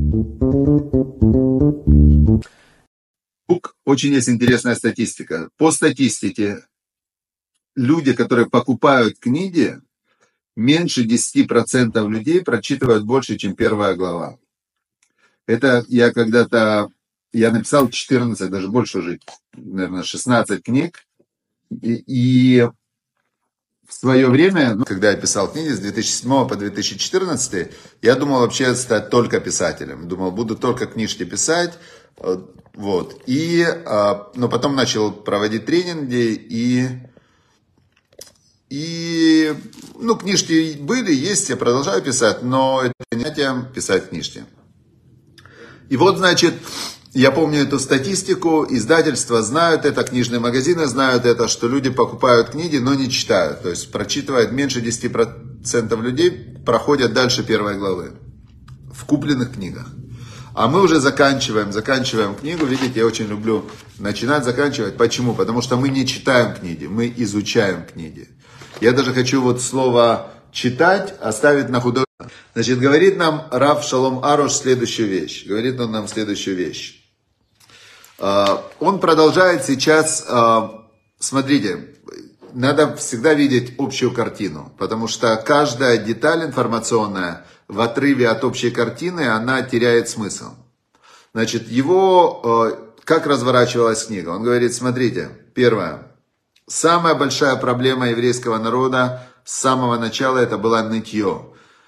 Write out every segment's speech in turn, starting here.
Очень есть интересная статистика. По статистике, люди, которые покупают книги, меньше 10% людей прочитывают больше, чем первая глава. Это я написал 14, даже больше уже, наверное, 16 книг. И в свое время, когда я писал книги с 2007 по 2014, я думал вообще стать только писателем. Думал, буду только книжки писать. Вот. Но потом начал проводить тренинги, книжки были, есть, я продолжаю писать, но это занятие писать книжки. И вот, значит, я помню эту статистику, издательства знают это, книжные магазины знают это, что люди покупают книги, но не читают. То есть прочитывает меньше 10% людей, проходят дальше первой главы в купленных книгах. А мы уже заканчиваем книгу. Видите, я очень люблю начинать, заканчивать. Почему? Потому что мы не читаем книги, мы изучаем книги. Я даже хочу вот слово «читать» оставить на художественном. Значит, говорит нам Рав Шалом Аруш следующую вещь. Говорит он нам следующую вещь. Он продолжает сейчас, смотрите, надо всегда видеть общую картину, потому что каждая деталь информационная в отрыве от общей картины, она теряет смысл. Значит, как разворачивалась книга? Он говорит, смотрите, первое, самая большая проблема еврейского народа с самого начала это было нытье.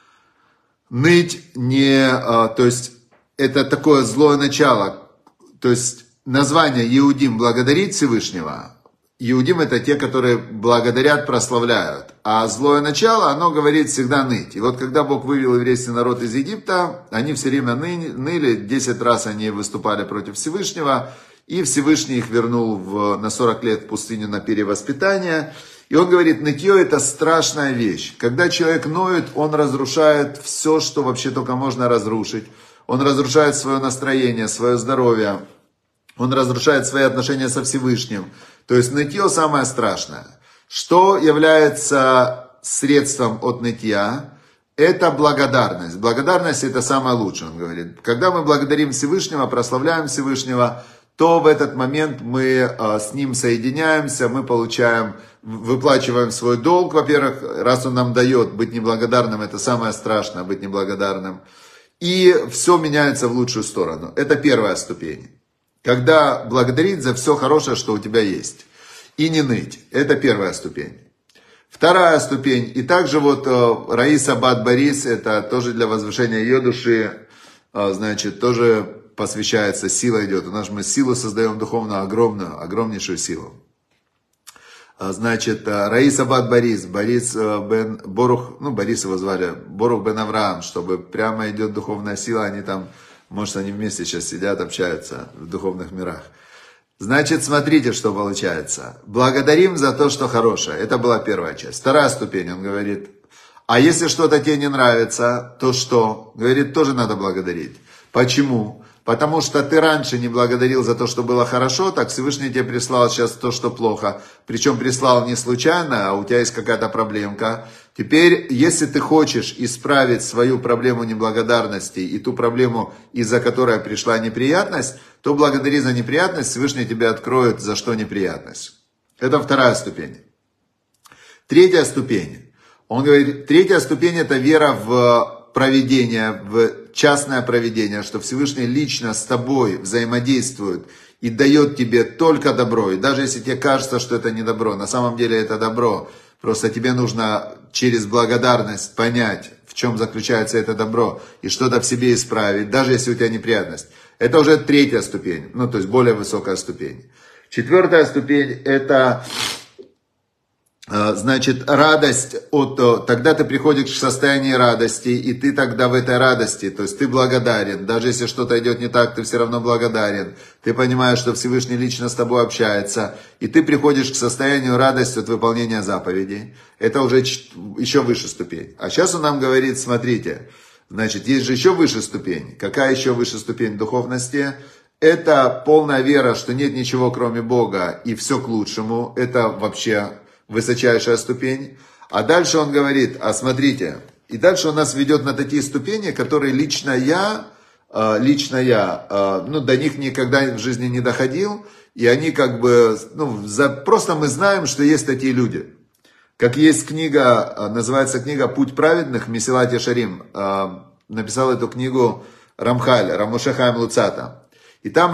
Ныть то есть это такое злое начало, то есть название Иудим благодарить Всевышнего. Иудим это те, которые благодарят, прославляют. А злое начало, оно говорит всегда ныть. И вот когда Бог вывел еврейский народ из Египта, они все время ныли, 10 раз они выступали против Всевышнего, и Всевышний их вернул на 40 лет в пустыню на перевоспитание. И он говорит, нытье это страшная вещь. Когда человек ноет, он разрушает все, что вообще только можно разрушить. Он разрушает свое настроение, свое здоровье. Он разрушает свои отношения со Всевышним. То есть нытье самое страшное. Что является средством от нытья? Это благодарность. Благодарность это самое лучшее, он говорит. Когда мы благодарим Всевышнего, прославляем Всевышнего, то в этот момент мы с ним соединяемся, мы выплачиваем свой долг, во-первых, раз он нам дает быть неблагодарным, это самое страшное, быть неблагодарным. И все меняется в лучшую сторону. Это первая ступень. Когда благодарить за все хорошее, что у тебя есть. И не ныть. Это первая ступень. Вторая ступень. И также вот Раиса Бат Борис, это тоже для возвышения ее души, значит, тоже посвящается, сила идет. У нас мы силу создаем духовную, огромнейшую силу. Значит, Раиса Бат Борис, Борис бен Борух, Борис его звали, Борух бен Авраам, чтобы прямо идет духовная сила, они там, может, они вместе сейчас сидят, общаются в духовных мирах. Значит, смотрите, что получается. Благодарим за то, что хорошее. Это была первая часть. Вторая ступень, он говорит, а если что-то тебе не нравится, то что? Говорит, тоже надо благодарить. Почему? Потому что ты раньше не благодарил за то, что было хорошо, так Всевышний тебе прислал сейчас то, что плохо. Причем прислал не случайно, а у тебя есть какая-то проблемка. Теперь, если ты хочешь исправить свою проблему неблагодарности и ту проблему, из-за которой пришла неприятность, то благодари за неприятность, Всевышний тебе откроет, за что неприятность. Это вторая ступень. Третья ступень. Он говорит, третья ступень это вера в провидение, в частное провидение, что Всевышний лично с тобой взаимодействует и дает тебе только добро. И даже если тебе кажется, что это не добро, на самом деле это добро. Просто тебе нужно через благодарность понять, в чем заключается это добро, и что-то в себе исправить, даже если у тебя неприятность. Это уже третья ступень, то есть более высокая ступень. Четвертая ступень это... Значит, радость, тогда ты приходишь к состоянию радости, и ты тогда в этой радости, то есть ты благодарен, даже если что-то идет не так, ты все равно благодарен, ты понимаешь, что Всевышний лично с тобой общается, и ты приходишь к состоянию радости от выполнения заповедей, это уже еще выше ступень. А сейчас он нам говорит, смотрите, значит, есть же еще выше ступень. Какая еще выше ступень духовности? Это полная вера, что нет ничего кроме Бога, и все к лучшему, это вообще... высочайшая ступень. А дальше он говорит, смотрите, и дальше он нас ведет на такие ступени, которые лично я лично я, ну, до них никогда в жизни не доходил, и они как бы, ну, просто мы знаем, что есть такие люди. Как есть книга, называется книга «Путь праведных», Месилат Йешарим, написал эту книгу Рамхаль, Рамоше Хаим Луцата. И там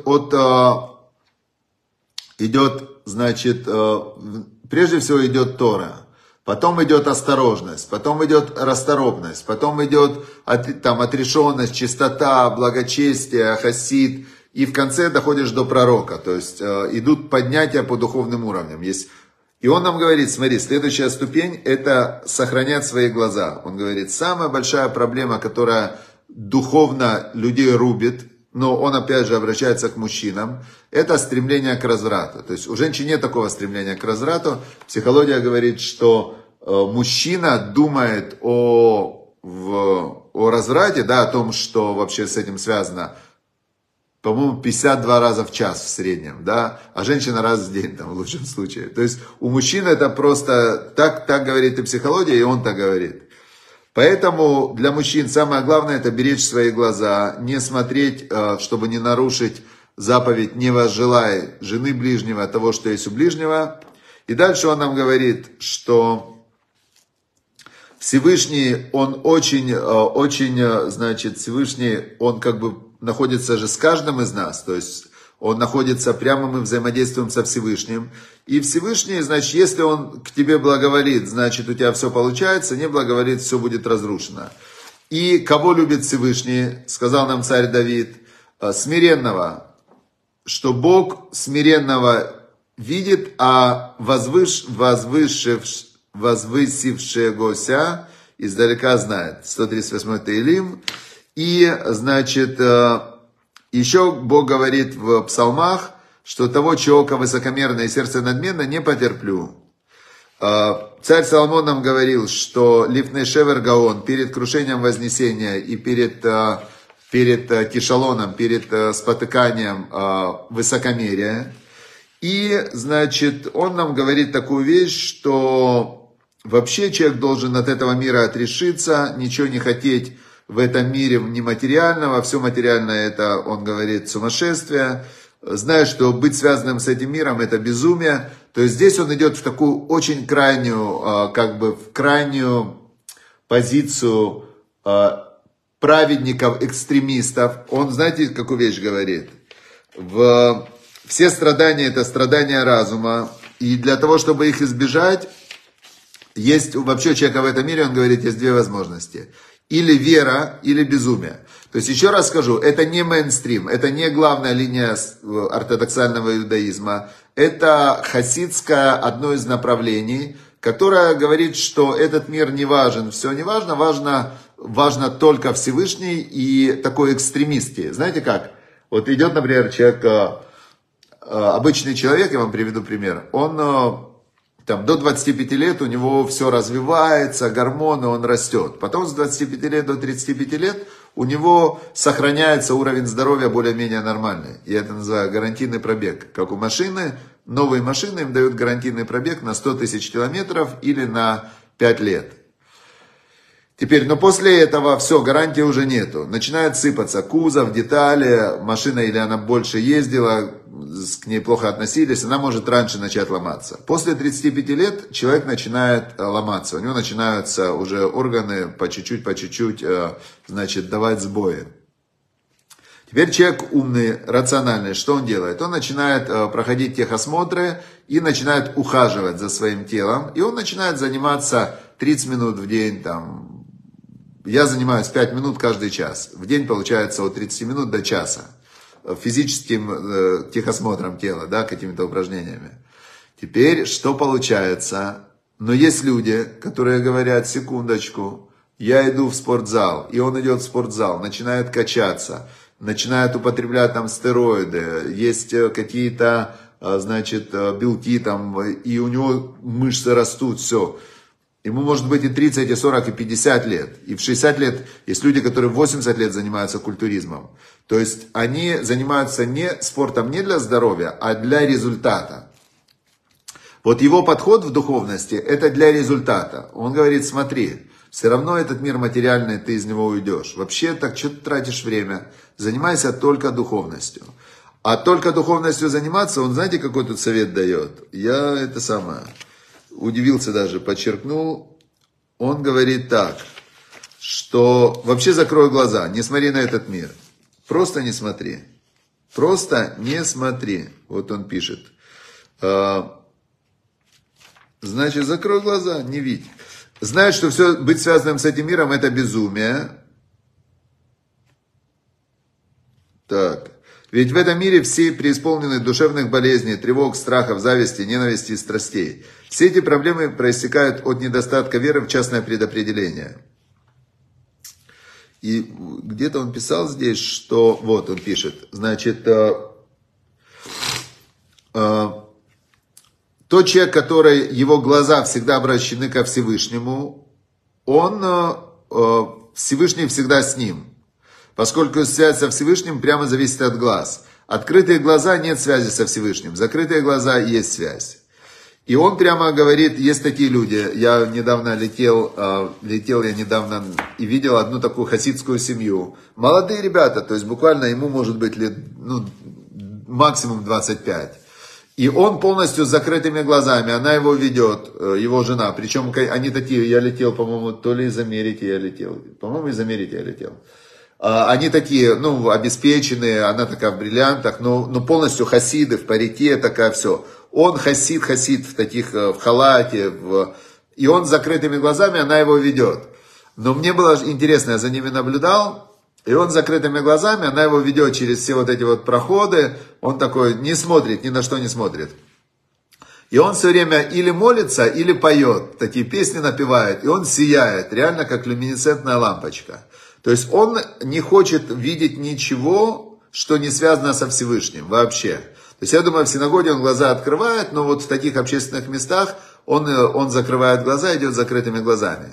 значит, прежде всего идет Тора, потом идет осторожность, потом идет расторопность, потом идет там отрешенность, чистота, благочестие, хасид, и в конце доходишь до пророка, то есть идут поднятия по духовным уровням. И он нам говорит, смотри, следующая ступень – это сохранять свои глаза. Он говорит, самая большая проблема, которая духовно людей рубит, но он опять же обращается к мужчинам, это стремление к разврату. То есть у женщин нет такого стремления к разврату. Психология говорит, что мужчина думает о разврате, да, о том, что вообще с этим связано, по-моему, 52 раза в час в среднем, да, а женщина раз в день, там, в лучшем случае. То есть у мужчин это просто так говорит и психология, и он так говорит. Поэтому для мужчин самое главное это беречь свои глаза, не смотреть, чтобы не нарушить заповедь «не возжелай жены ближнего того, что есть у ближнего». И дальше он нам говорит, что Всевышний, он очень, значит, Всевышний, он как бы находится же с каждым из нас, то есть он находится прямо, мы взаимодействуем со Всевышним. И Всевышний, значит, если он к тебе благоволит, значит, у тебя все получается, не благоволит, все будет разрушено. И кого любит Всевышний, сказал нам царь Давид, смиренного, что Бог смиренного видит, а возвысившегося издалека знает. 138 Теилим. И, значит, еще Бог говорит в псалмах, что того, чего око высокомерное и сердце надменно, не потерплю. Царь Соломон нам говорил, что лифней шевер гаон, перед крушением вознесения и перед кишалоном, перед спотыканием высокомерия. И, значит, он нам говорит такую вещь, что вообще человек должен от этого мира отрешиться, ничего не хотеть в этом мире нематериального, все материальное это, он говорит, сумасшествие, зная, что быть связанным с этим миром это безумие. То есть здесь он идет в такую очень крайнюю, как бы в крайнюю позицию праведников, экстремистов. Он, знаете, какую вещь говорит? Все страдания это страдания разума, и для того, чтобы их избежать, есть вообще у человека в этом мире, он говорит, есть две возможности. Или вера, или безумие. То есть, еще раз скажу, это не мейнстрим, это не главная линия ортодоксального иудаизма. Это хасидское одно из направлений, которое говорит, что этот мир не важен, все не важно, важно только Всевышний и такой экстремистский. Знаете как? Вот идет, например, человек, обычный человек, я вам приведу пример, он там, до 25 лет у него все развивается, гормоны, он растет. Потом с 25 лет до 35 лет у него сохраняется уровень здоровья более-менее нормальный. Я это называю гарантийный пробег. Как у машины, новые машины им дают гарантийный пробег на 100 тысяч километров или на 5 лет. Теперь, но после этого все, гарантии уже нету. Начинает сыпаться кузов, детали, машина или она больше ездила, к ней плохо относились, она может раньше начать ломаться. После 35 лет человек начинает ломаться, у него начинаются уже органы по чуть-чуть, значит, давать сбои. Теперь человек умный, рациональный, что он делает? Он начинает проходить техосмотры и начинает ухаживать за своим телом, и он начинает заниматься 30 минут в день, там, я занимаюсь 5 минут каждый час, в день получается от 30 минут до часа. Физическим техосмотром тела, да, какими-то упражнениями. Теперь, что получается? Но есть люди, которые говорят, секундочку, я иду в спортзал, и он идет в спортзал, начинает качаться, начинает употреблять там стероиды, есть какие-то, значит, белки там, и у него мышцы растут, все. Ему может быть и 30, и 40, и 50 лет. И в 60 лет есть люди, которые в 80 лет занимаются культуризмом. То есть они занимаются спортом не для здоровья, а для результата. Вот его подход в духовности это для результата. Он говорит, смотри, Все равно этот мир материальный, ты из него уйдешь. Вообще, так что ты тратишь время? Занимайся только духовностью. А только духовностью заниматься, он, знаете, какой тут совет дает? Я это самое, удивился даже, подчеркнул. Он говорит так, что вообще закрой глаза, не смотри на этот мир. Просто не смотри. Просто не смотри. Вот он пишет. Значит, закрой глаза, не видь. Знай, что все быть связанным с этим миром это безумие. Так. Ведь в этом мире все преисполнены душевных болезней, тревог, страхов, зависти, ненависти и страстей. Все эти проблемы проистекают от недостатка веры в частное предопределение. И где-то он писал здесь, что... Вот он пишет. Значит, тот человек, который, его глаза всегда обращены ко Всевышнему, Всевышний всегда с ним. Поскольку связь со Всевышним прямо зависит от глаз. Открытые глаза нет связи со Всевышним. Закрытые глаза есть связь. И он прямо говорит, есть такие люди. Я недавно летел и видел одну такую хасидскую семью. Молодые ребята, то есть буквально ему может быть лет, максимум 25. И он полностью с закрытыми глазами, она его ведет, его жена. Причем они такие, я летел, по-моему, то ли из Америки я летел. По-моему, из Америки я летел. Они такие, обеспеченные, она такая в бриллиантах, но полностью хасиды, в парике, такая все. Он хасид в таких, в халате, и он с закрытыми глазами, она его ведет. Но мне было интересно, я за ними наблюдал, и он с закрытыми глазами, она его ведет через все вот эти вот проходы, он такой не смотрит, ни на что не смотрит. И он все время или молится, или поет, такие песни напевает, и он сияет, реально как люминесцентная лампочка. То есть он не хочет видеть ничего, что не связано со Всевышним вообще. То есть я думаю, в синагоге он глаза открывает, но вот в таких общественных местах он закрывает глаза, идет с закрытыми глазами.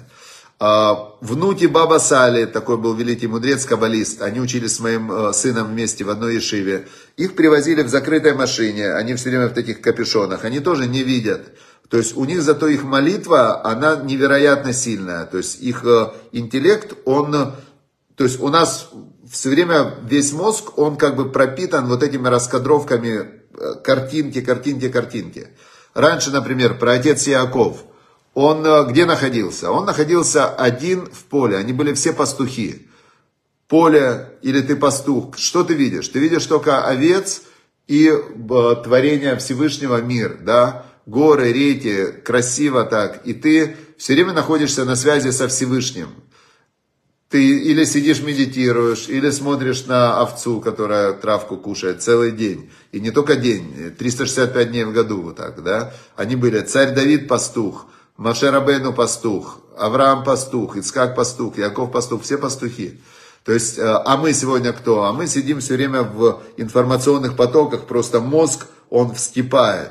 Внуки Баба Сали, такой был великий мудрец, каббалист, они учились с моим сыном вместе в одной ешиве. Их привозили в закрытой машине, они все время в таких капюшонах, они тоже не видят. То есть у них зато их молитва, она невероятно сильная. То есть их интеллект, то есть у нас все время весь мозг, он как бы пропитан вот этими раскадровками картинки. Раньше, например, праотец Иаков, он где находился? Он находился один в поле, они были все пастухи. Поле или ты пастух, что ты видишь? Ты видишь только овец и творение Всевышнего мир, да? Горы, реки, красиво так. И ты все время находишься на связи со Всевышним. Ты или сидишь, медитируешь, или смотришь на овцу, которая травку кушает целый день. И не только день, 365 дней в году вот так, да. Они были царь Давид пастух, Моше Рабейну пастух, Авраам пастух, Ицхак пастух, Яков пастух, все пастухи. То есть, а мы сегодня кто? А мы сидим все время в информационных потоках, просто мозг, он вскипает.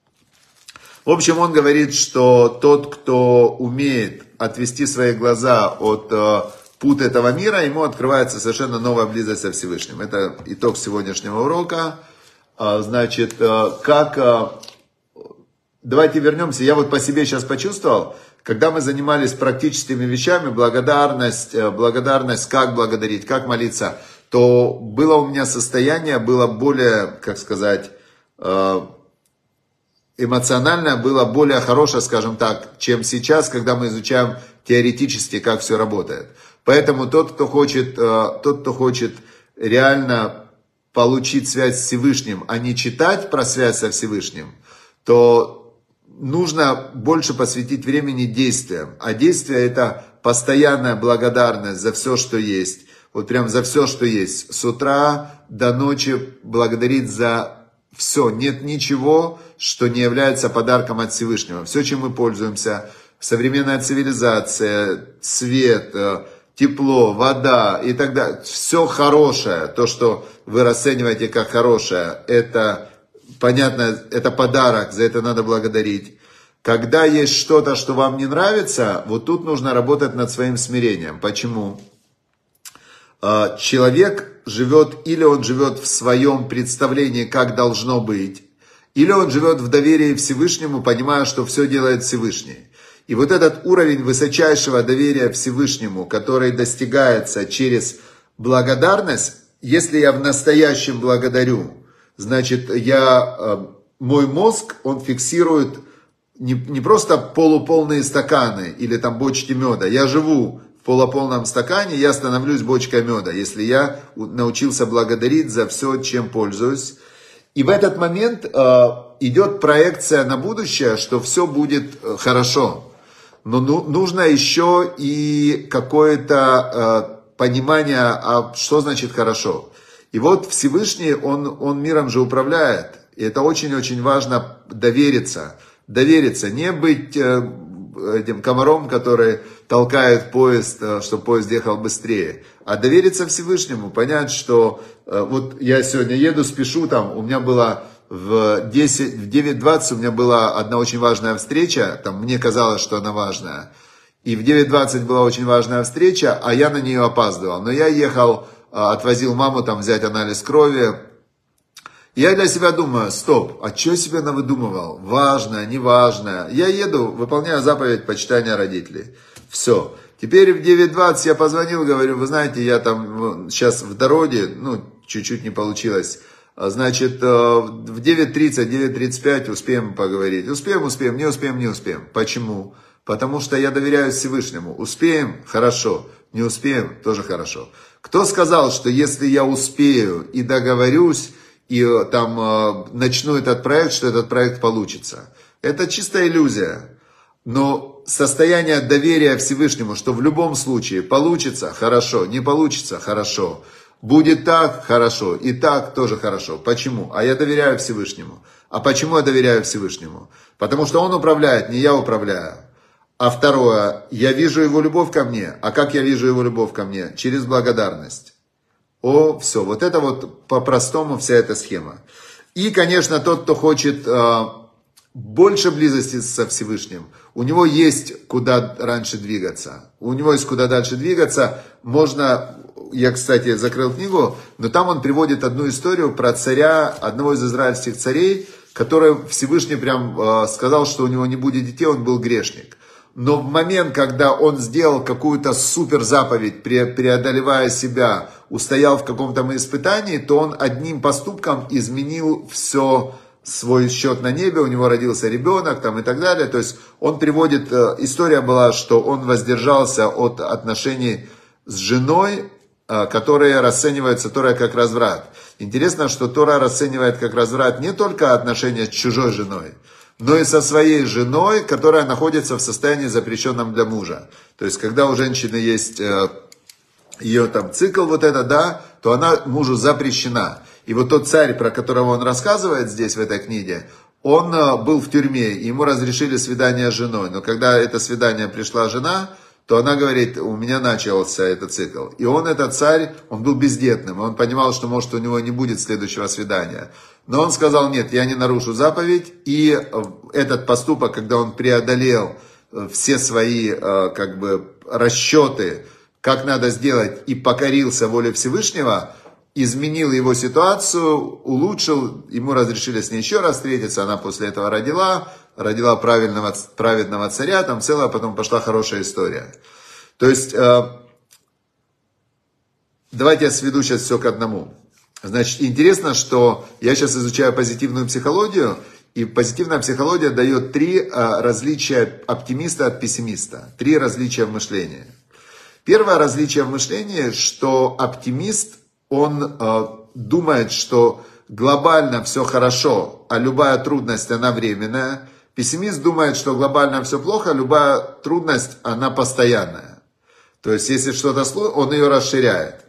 В общем, он говорит, что тот, кто умеет отвести свои глаза от пут этого мира, ему открывается совершенно новая близость со Всевышним. Это итог сегодняшнего урока. Значит, давайте вернемся. Я вот по себе сейчас почувствовал, когда мы занимались практическими вещами, благодарность, как благодарить, как молиться, то было у меня состояние, было более, как сказать, эмоционально, было более хорошее, скажем так, чем сейчас, когда мы изучаем теоретически, как все работает. Поэтому тот, кто хочет реально получить связь с Всевышним, а не читать про связь со Всевышним, то нужно больше посвятить времени действиям. А действие — это постоянная благодарность за все, что есть. Вот прям за все, что есть. С утра до ночи благодарить за все. Нет ничего, что не является подарком от Всевышнего. Все, чем мы пользуемся, современная цивилизация, свет, тепло, вода и так далее. Все хорошее, то, что вы расцениваете как хорошее, это, понятно, это подарок, за это надо благодарить. Когда есть что-то, что вам не нравится, вот тут нужно работать над своим смирением. Почему? Человек живет, или он живет в своем представлении, как должно быть, или он живет в доверии Всевышнему, понимая, что все делает Всевышний. И вот этот уровень высочайшего доверия Всевышнему, который достигается через благодарность, если я в настоящем благодарю, значит, мой мозг, он фиксирует не просто полуполные стаканы или там бочки меда. Я живу в полуполном стакане, я становлюсь бочкой меда, если я научился благодарить за все, чем пользуюсь. И в этот момент идет проекция на будущее, что все будет хорошо. Но нужно еще и какое-то понимание, что значит хорошо. И вот Всевышний, он миром же управляет. И это очень-очень важно довериться. Довериться, не быть этим комаром, который толкает поезд, чтобы поезд ехал быстрее. А довериться Всевышнему, понять, что вот я сегодня еду, спешу, там у меня была в 9:20 у меня была одна очень важная встреча, там мне казалось, что она важная. И в 9:20 была очень важная встреча, а я на нее опаздывал. Но я ехал, отвозил маму там взять анализ крови. Я для себя думаю, стоп, а что я себе навыдумывал? Важное, неважное. Я еду, выполняю заповедь почитания родителей. Все. Теперь в 9:20 я позвонил, говорю, вы знаете, я там сейчас в дороге, чуть-чуть не получилось. Значит, в 9:30, 9:35 успеем поговорить. Успеем, не успеем. Почему? Потому что я доверяю Всевышнему. Успеем? Хорошо. Не успеем? Тоже хорошо. Кто сказал, что если я успею и договорюсь, и там начну этот проект, что этот проект получится? Это чистая иллюзия. Но состояние доверия Всевышнему, что в любом случае получится, хорошо, не получится, хорошо. Будет так, хорошо, и так тоже хорошо. Почему? А я доверяю Всевышнему. А почему я доверяю Всевышнему? Потому что Он управляет, не я управляю. А второе, я вижу Его любовь ко мне. А как я вижу Его любовь ко мне? Через благодарность. Все, вот это вот по-простому вся эта схема. И, конечно, тот, кто хочет больше близости со Всевышним, у него есть куда раньше двигаться. У него есть куда дальше двигаться. Можно, я, кстати, закрыл книгу, но там он приводит одну историю про царя, одного из израильских царей, который Всевышний прям сказал, что у него не будет детей, он был грешник. Но в момент, когда он сделал какую-то супер заповедь, преодолевая себя, устоял в каком-то испытании, то он одним поступком изменил все, свой счет на небе, у него родился ребенок там, и так далее. То есть он приводит, история была, что он воздержался от отношений с женой, которые расцениваются Торой как разврат. Интересно, что Тора расценивает как разврат не только отношения с чужой женой, но и со своей женой, которая находится в состоянии запрещенном для мужа. То есть, когда у женщины есть ее там цикл вот это, да, то она мужу запрещена. И вот тот царь, про которого он рассказывает здесь в этой книге, он был в тюрьме, и ему разрешили свидание с женой. Но когда это свидание пришла жена, то она говорит, у меня начался этот цикл. И он, этот царь, он был бездетным, он понимал, что может у него не будет следующего свидания. Но он сказал, нет, я не нарушу заповедь, и этот поступок, когда он преодолел все свои расчеты, как надо сделать, и покорился воле Всевышнего, изменил его ситуацию, улучшил, ему разрешили с ней еще раз встретиться, она после этого родила праведного царя, там целая потом пошла хорошая история. То есть, давайте я сведу сейчас все к одному. Значит, интересно, что я сейчас изучаю позитивную психологию, и позитивная психология дает 3 различия оптимиста от пессимиста, 3 различия в мышлении. Первое различие в мышлении, что оптимист, он думает, что глобально все хорошо, а любая трудность, она временная. Пессимист думает, что глобально все плохо, любая трудность, она постоянная. То есть, если что-то сложно, он ее расширяет.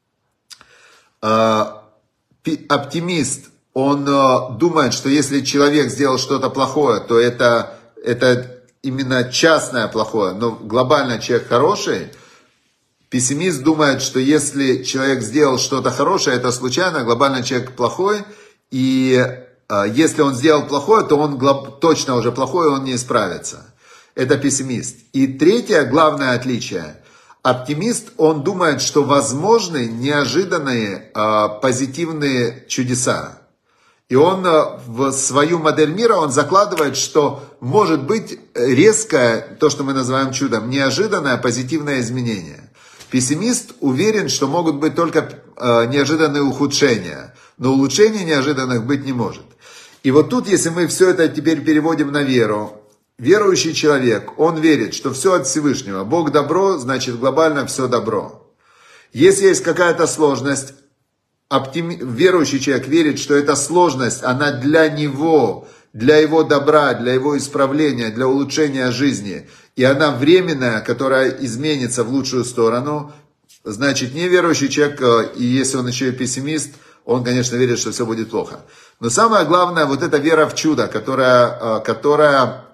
Оптимист, он думает, что если человек сделал что-то плохое, то это именно частное плохое, но глобально человек хороший. Пессимист думает, что если человек сделал что-то хорошее, это случайно, глобально человек плохой, и если он сделал плохое, то он точно уже плохой, он не исправится. Это пессимист. И третье, главное отличие. Оптимист, он думает, что возможны неожиданные позитивные чудеса. И он в свою модель мира, он закладывает, что может быть резкое, то, что мы называем чудом, неожиданное позитивное изменение. Пессимист уверен, что могут быть только неожиданные ухудшения, но улучшений неожиданных быть не может. И вот тут, если мы все это теперь переводим на веру, верующий человек, он верит, что все от Всевышнего. Бог добро, значит глобально все добро. Если есть какая-то сложность, верующий человек верит, что эта сложность, она для него, для его добра, для его исправления, для улучшения жизни, и она временная, которая изменится в лучшую сторону, значит, неверующий человек, и если он еще и пессимист, он, конечно, верит, что все будет плохо. Но самое главное, вот эта вера в чудо, которая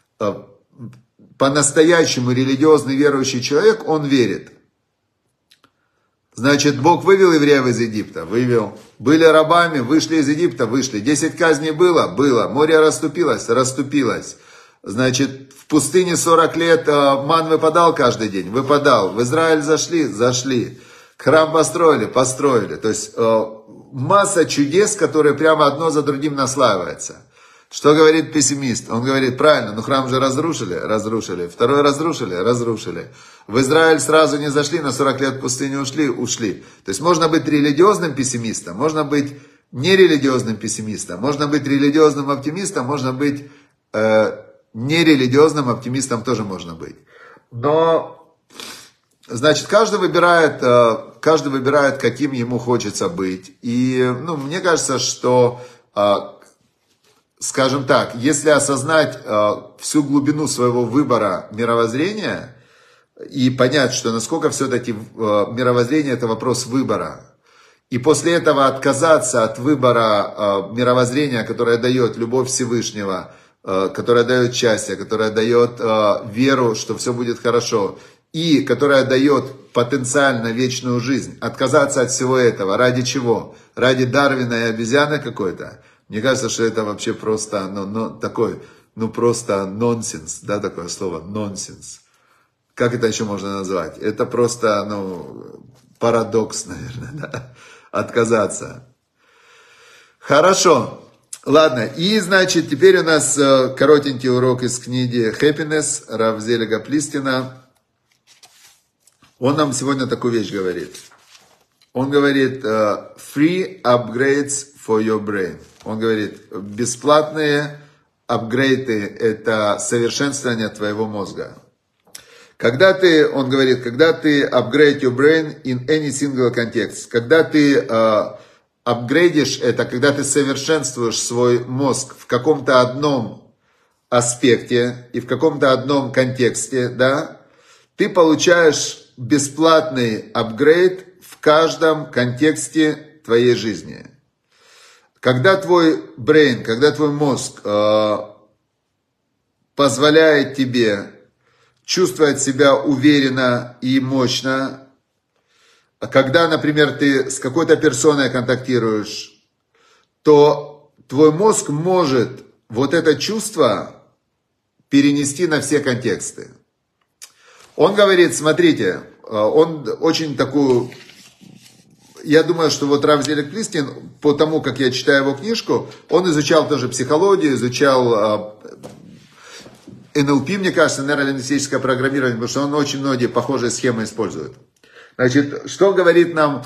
по-настоящему религиозный верующий человек, он верит. Значит, Бог вывел евреев из Египта, вывел. Были рабами, вышли из Египта, вышли. 10 казней было. Море расступилось. Значит, в пустыне 40 лет ман выпадал каждый день, выпадал. В Израиль зашли. Храм построили. То есть масса чудес, которые прямо одно за другим наслаиваются. Что говорит пессимист? Он говорит, правильно, но храм же разрушили. Второй разрушили. В Израиль сразу не зашли, на 40 лет в пустыню ушли. То есть можно быть религиозным пессимистом, можно быть нерелигиозным пессимистом, можно быть религиозным оптимистом, можно быть нерелигиозным оптимистом тоже можно быть. Но, значит, каждый выбирает, каким ему хочется быть. И, мне кажется, что... Скажем так, если осознать всю глубину своего выбора мировоззрения и понять, что насколько все-таки мировоззрение это вопрос выбора, и после этого отказаться от выбора мировоззрения, которое дает любовь Всевышнего, которое дает счастье, которое дает веру, что все будет хорошо, и которое дает потенциально вечную жизнь, отказаться от всего этого, ради чего? Ради Дарвина и обезьяны какой-то? Мне кажется, что это вообще просто, просто нонсенс, да, такое слово, нонсенс. Как это еще можно назвать? Это просто, парадокс, наверное, да, отказаться. Хорошо, ладно, и, значит, теперь у нас коротенький урок из книги «Happiness» Рав Зелега Плистина. Он нам сегодня такую вещь говорит. Он говорит, free upgrades for your brain. Он говорит, бесплатные апгрейды – это совершенствование твоего мозга. Он говорит, когда ты upgrade your brain in any single context, когда ты апгрейдишь это, когда ты совершенствуешь свой мозг в каком-то одном аспекте и в каком-то одном контексте, да, ты получаешь бесплатный апгрейд в каждом контексте твоей жизни. Когда твой брейн, когда твой мозг позволяет тебе чувствовать себя уверенно и мощно, когда, например, ты с какой-то персоной контактируешь, то твой мозг может вот это чувство перенести на все контексты. Он говорит, смотрите, он очень такую... Я думаю, что вот Рав Зелег Плистин, по тому, как я читаю его книжку, он изучал тоже психологию, изучал НЛП, мне кажется, нейролингвистическое программирование, потому что он очень многие похожие схемы использует. Значит, что говорит нам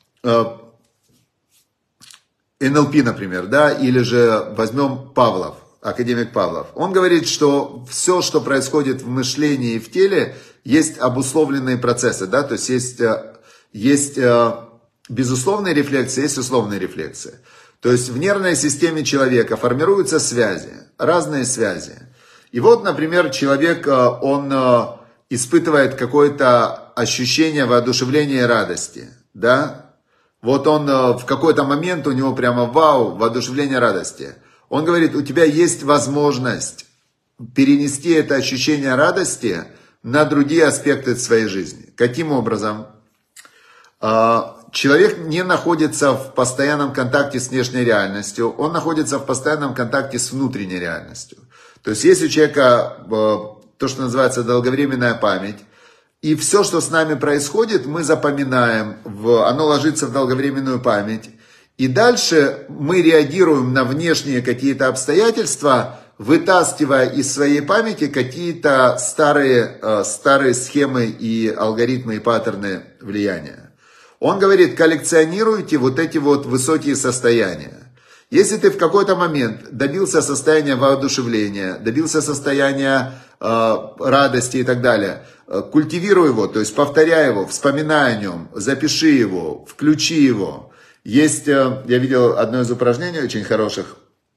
НЛП, например, да, или же возьмем Павлов, академик Павлов. Он говорит, что все, что происходит в мышлении и в теле, есть обусловленные процессы, да, то есть есть безусловные рефлексы, есть условные рефлексы. То есть в нервной системе человека формируются связи, разные связи. И вот, например, человек, он испытывает какое-то ощущение воодушевления и радости, да? Вот он в какой-то момент, у него прямо вау, воодушевление радости. Он говорит, у тебя есть возможность перенести это ощущение радости на другие аспекты своей жизни. Каким образом? Человек не находится в постоянном контакте с внешней реальностью, он находится в постоянном контакте с внутренней реальностью. То есть есть у человека то, что называется долговременная память, и все, что с нами происходит, мы запоминаем, оно ложится в долговременную память, И дальше мы реагируем на внешние какие-то обстоятельства, вытаскивая из своей памяти какие-то старые схемы и алгоритмы и паттерны влияния. Он говорит, коллекционируйте вот эти вот высокие состояния. Если ты в какой-то момент добился состояния воодушевления, добился состояния радости и так далее, культивируй его, то есть повторяй его, вспоминай о нем, запиши его, включи его. Есть, я видел одно из упражнений очень хороших,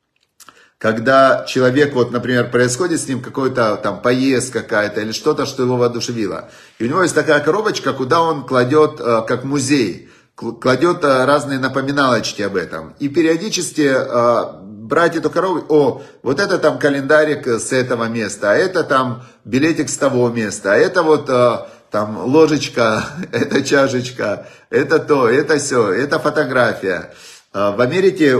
когда человек, вот, например, происходит с ним какой-то там поездка какая-то или что-то, что его воодушевило. И у него есть такая коробочка, куда он кладет, как музей, кладет разные напоминалочки об этом. И периодически брать эту коробку, вот это там календарик с этого места, а это там билетик с того места, а это вот там ложечка, это чашечка, это то, это все, это фотография. В Америке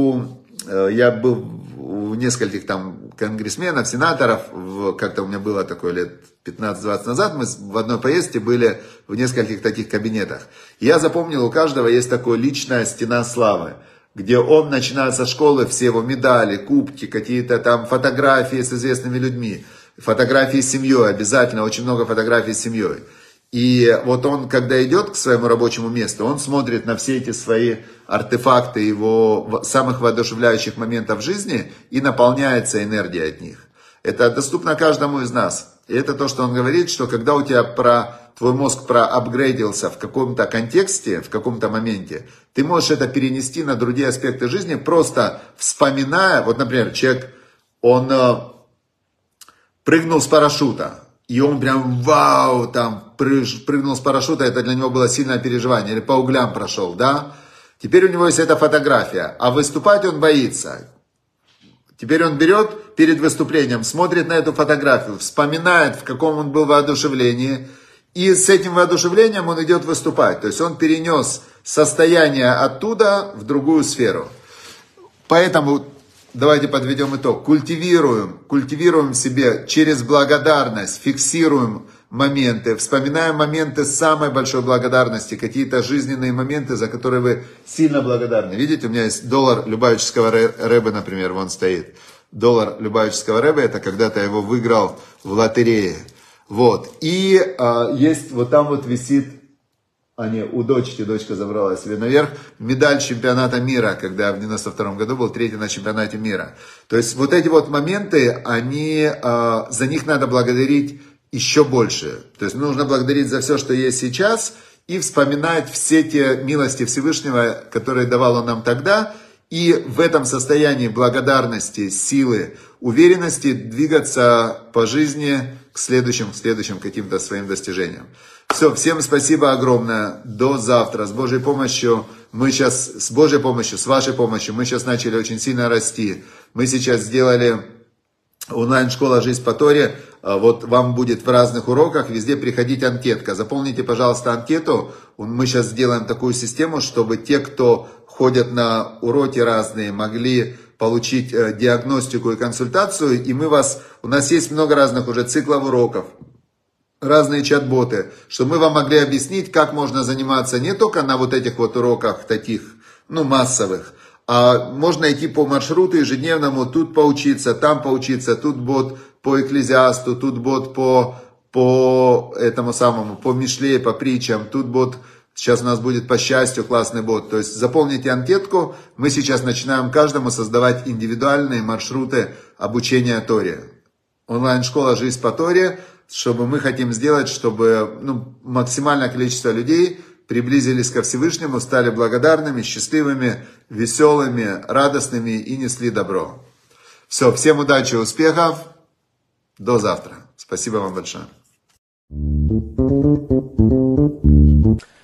я был у нескольких там конгрессменов, сенаторов, как-то у меня было такое лет 15-20 назад, мы в одной поездке были в нескольких таких кабинетах. И я запомнил, у каждого есть такая личная стена славы, где он начинает со школы, все его медали, кубки, какие-то там фотографии с известными людьми, фотографии с семьей, обязательно очень много фотографий с семьей. И вот он, когда идет к своему рабочему месту, он смотрит на все эти свои артефакты его самых воодушевляющих моментов жизни и наполняется энергией от них. Это доступно каждому из нас. И это то, что он говорит, что когда у тебя твой мозг проапгрейдился в каком-то контексте, в каком-то моменте, ты можешь это перенести на другие аспекты жизни, просто вспоминая, вот, например, человек, он прыгнул с парашюта, и он прям, вау, там, прыгнул с парашюта, это для него было сильное переживание, или по углям прошел, да? Теперь у него есть эта фотография, а выступать он боится. Теперь он берет перед выступлением, смотрит на эту фотографию, вспоминает, в каком он был воодушевлении, и с этим воодушевлением он идет выступать. То есть он перенес состояние оттуда в другую сферу. Поэтому давайте подведем итог. Культивируем в себе через благодарность, фиксируем моменты, вспоминаем моменты самой большой благодарности, какие-то жизненные моменты, за которые вы сильно благодарны. Видите, у меня есть $1 Любавического Ребе, например, вон стоит. $1 Любавического Ребе, это когда-то я его выиграл в лотерее. Вот. И есть, вот там вот висит, у дочка забрала себе наверх, медаль чемпионата мира, когда в 92 году был 3-й на чемпионате мира. То есть вот эти вот моменты, за них надо благодарить еще больше. То есть нужно благодарить за все, что есть сейчас, и вспоминать все те милости Всевышнего, которые давал он нам тогда, и в этом состоянии благодарности, силы, уверенности двигаться по жизни к следующим каким-то своим достижениям. Все, всем спасибо огромное. До завтра. С Божьей помощью, с вашей помощью, мы сейчас начали очень сильно расти. Мы сейчас сделали онлайн-школа «Жизнь по Торе». Вот вам будет в разных уроках везде приходить анкетка. Заполните, пожалуйста, анкету. Мы сейчас сделаем такую систему, чтобы те, кто ходят на уроки разные, могли получить диагностику и консультацию. И у нас есть много разных уже циклов уроков, разные чат-боты, чтобы мы вам могли объяснить, как можно заниматься не только на вот этих вот уроках таких, массовых, а можно идти по маршруту ежедневному, тут поучиться, там поучиться, тут бот по Экклезиасту, тут бот по этому самому, по Мишле, по притчам, тут бот, сейчас у нас будет по счастью классный бот. То есть заполните анкетку, мы сейчас начинаем каждому создавать индивидуальные маршруты обучения Торе. Онлайн-школа «Жизнь по Торе», чтобы мы хотим сделать, чтобы максимальное количество людей приблизились ко Всевышнему, стали благодарными, счастливыми, веселыми, радостными и несли добро. Все, всем удачи, успехов. До завтра. Спасибо вам большое.